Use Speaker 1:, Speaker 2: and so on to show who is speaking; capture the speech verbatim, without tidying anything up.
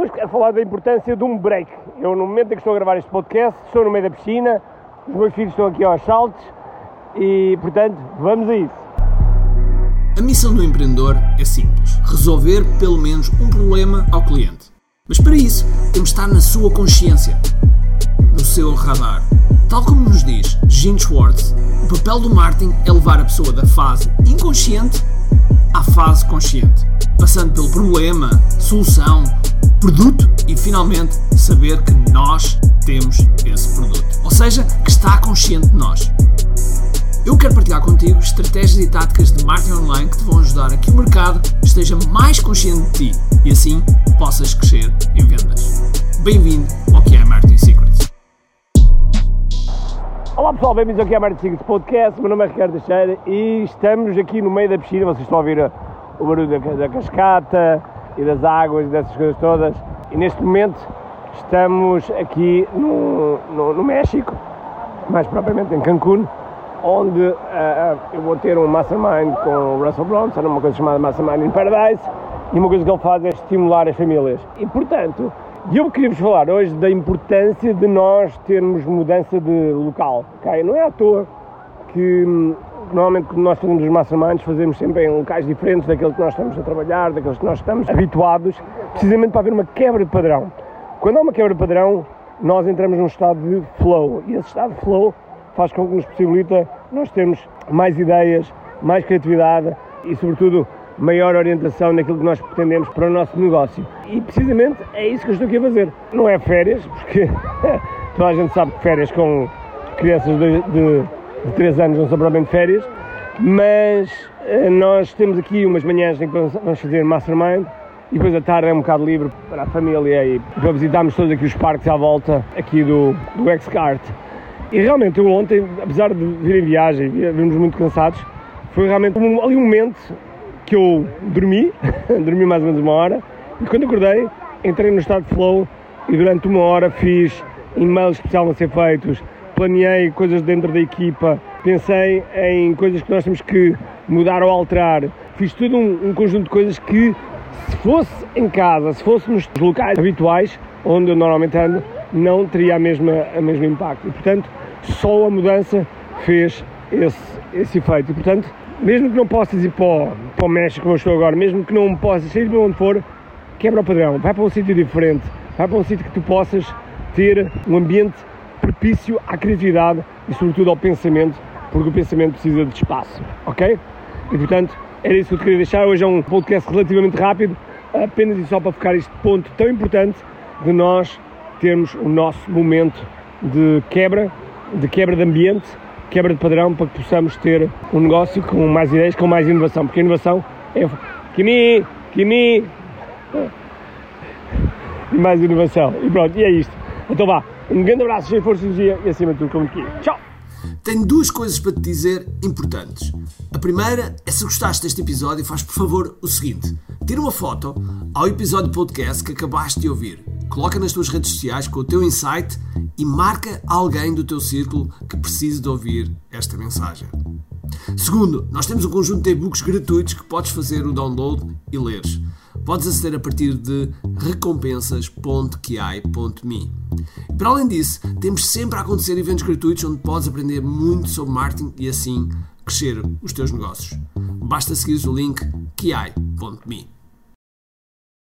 Speaker 1: hoje quero falar da importância de um break. Eu, no momento em que estou a gravar este podcast, estou no meio da piscina, os meus filhos estão aqui aos saltos e, portanto, vamos a isso.
Speaker 2: A missão do empreendedor é simples: resolver pelo menos um problema ao cliente. Mas para isso, temos de estar na sua consciência, no seu radar. Tal como nos diz Gene Schwartz, o papel do marketing é levar a pessoa da fase inconsciente à fase consciente, passando pelo problema, solução, produto e finalmente saber que nós temos esse produto. Ou seja, que está consciente de nós. Eu quero partilhar contigo estratégias e táticas de marketing online que te vão ajudar a que o mercado esteja mais consciente de ti e assim possas crescer em vendas. Bem-vindo ao que é Marketing Secrets.
Speaker 1: Olá pessoal, bem-vindos ao que é Marketing Secrets Podcast. Meu nome é Ricardo Teixeira e estamos aqui no meio da piscina. Vocês estão a ouvir o barulho da, da cascata e das águas e dessas coisas todas. E neste momento estamos aqui no, no, no México, mais propriamente em Cancún, onde uh, eu vou ter um mastermind com o Russell Brunson, uma coisa chamada Mastermind in Paradise, e uma coisa que ele faz é estimular as famílias. E, portanto, eu queria-vos falar hoje da importância de nós termos mudança de local. Okay? Não é à toa que, normalmente, quando nós fazemos os masterminds, fazemos sempre em locais diferentes daqueles que nós estamos a trabalhar, daqueles que nós estamos habituados, precisamente para haver uma quebra de padrão. Quando há uma quebra de padrão, nós entramos num estado de flow, e esse estado de flow faz com que nos possibilita nós termos mais ideias, mais criatividade e, sobretudo, maior orientação naquilo que nós pretendemos para o nosso negócio. E, precisamente, é isso que eu estou aqui a fazer. Não é férias, porque toda a gente sabe que férias com crianças de, de, de três anos não são propriamente férias, mas nós temos aqui umas manhãs em que vamos fazer mastermind e depois a tarde é um bocado livre para a família e para visitarmos todos aqui os parques à volta aqui do, do X-Kart. E realmente eu ontem, apesar de vir em viagem e virmos muito cansados, foi realmente um, ali um momento que eu dormi, dormi mais ou menos uma hora, e quando acordei, entrei no estado de flow e durante uma hora fiz e-mails que precisavam ser feitos, planeei coisas dentro da equipa, pensei em coisas que nós temos que mudar ou alterar, fiz todo um, um conjunto de coisas que, se fosse em casa, se fosse nos locais habituais, onde eu normalmente ando, não teria a mesma, a mesmo impacto. E, portanto, só a mudança fez esse, esse efeito. E, portanto, mesmo que não possas ir para o, para o México, como eu estou agora, mesmo que não possas sair de onde for, quebra o padrão, vai para um sítio diferente, vai para um sítio que tu possas ter um ambiente propício à criatividade e, sobretudo, ao pensamento, porque o pensamento precisa de espaço, ok? E, portanto, era isso que eu te queria deixar. Hoje é um podcast relativamente rápido, apenas e só para focar este ponto tão importante de nós termos o nosso momento de quebra, de quebra de ambiente, quebra de padrão, para que possamos ter um negócio com mais ideias, com mais inovação, porque a inovação é Kimi, Kimi e mais inovação. E pronto, e é isto. Então vá, um grande abraço, cheio de força e energia e acima de tudo, como aqui. Tchau!
Speaker 2: Tenho duas coisas para te dizer importantes. A primeira é, se gostaste deste episódio, faz por favor o seguinte: tira uma foto ao episódio podcast que acabaste de ouvir, coloca nas tuas redes sociais com o teu insight e marca alguém do teu círculo que precise de ouvir esta mensagem. Segundo, nós temos um conjunto de e-books gratuitos que podes fazer o download e leres. Podes aceder a partir de recompensas ponto kiai ponto me. E para além disso, temos sempre a acontecer eventos gratuitos onde podes aprender muito sobre marketing e assim crescer os teus negócios. Basta seguir o link kiai ponto me.